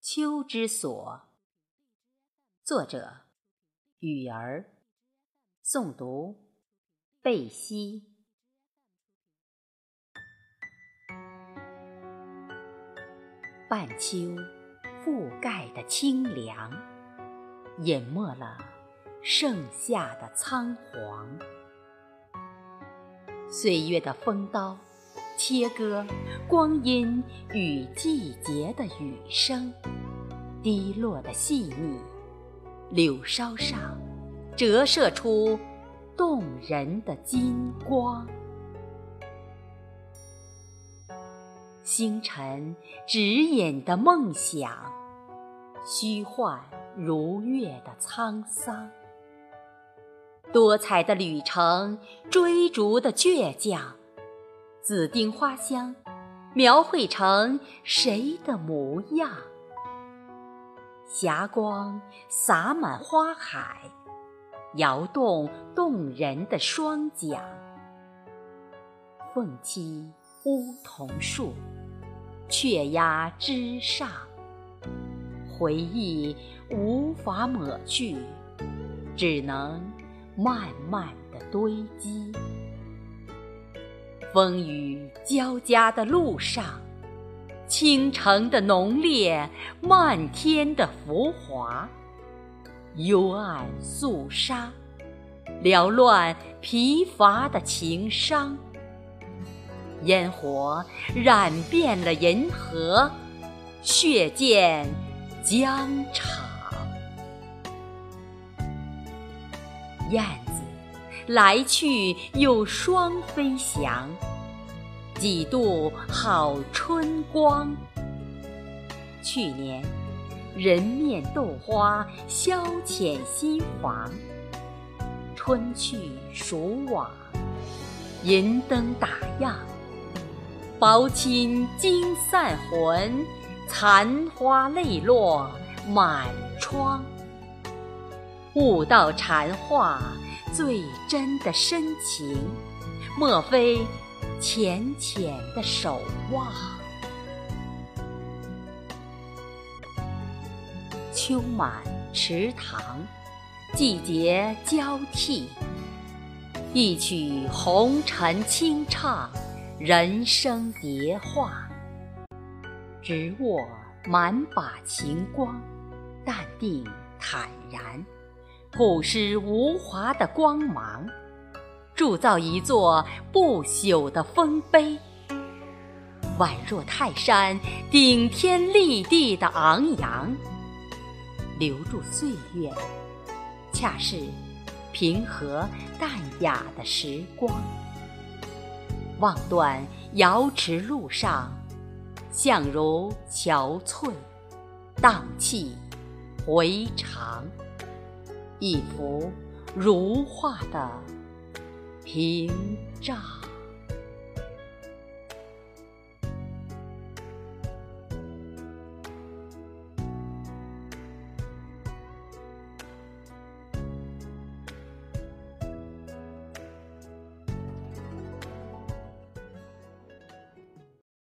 秋之所，作者雨儿，诵读贝西。半秋覆盖的清凉，淹没了盛夏的苍黄。岁月的风刀切割光阴与季节的雨声，滴落的细腻，柳梢上折射出动人的金光。星辰指引的梦想，虚幻如月的沧桑。多彩的旅程，追逐的倔强，紫丁花香描绘成谁的模样？霞光洒满花海，摇动动人的双桨。凤栖梧桐树，雀鸦枝上，回忆无法抹去，只能慢慢地堆积。风雨交加的路上，倾城的浓烈，漫天的浮华，幽暗肃杀，缭乱疲乏的情伤。烟火染遍了银河，血溅疆场。燕子来去有双飞翔，几度好春光。去年人面豆花消遣心房，春去暑往，银灯打烊，薄衾惊散魂，残花泪落满窗。悟道禅话最真的深情，莫非浅浅的守望。秋满池塘，季节交替，一曲红尘清唱，人生叠画。直握满把晴光，淡定坦然，朴实无华的光芒，铸造一座不朽的丰碑。宛若泰山顶天立地的昂扬，留住岁月，恰是平和淡雅的时光。望断瑶池路上，相如憔悴，荡气回肠，一幅如画的屏障。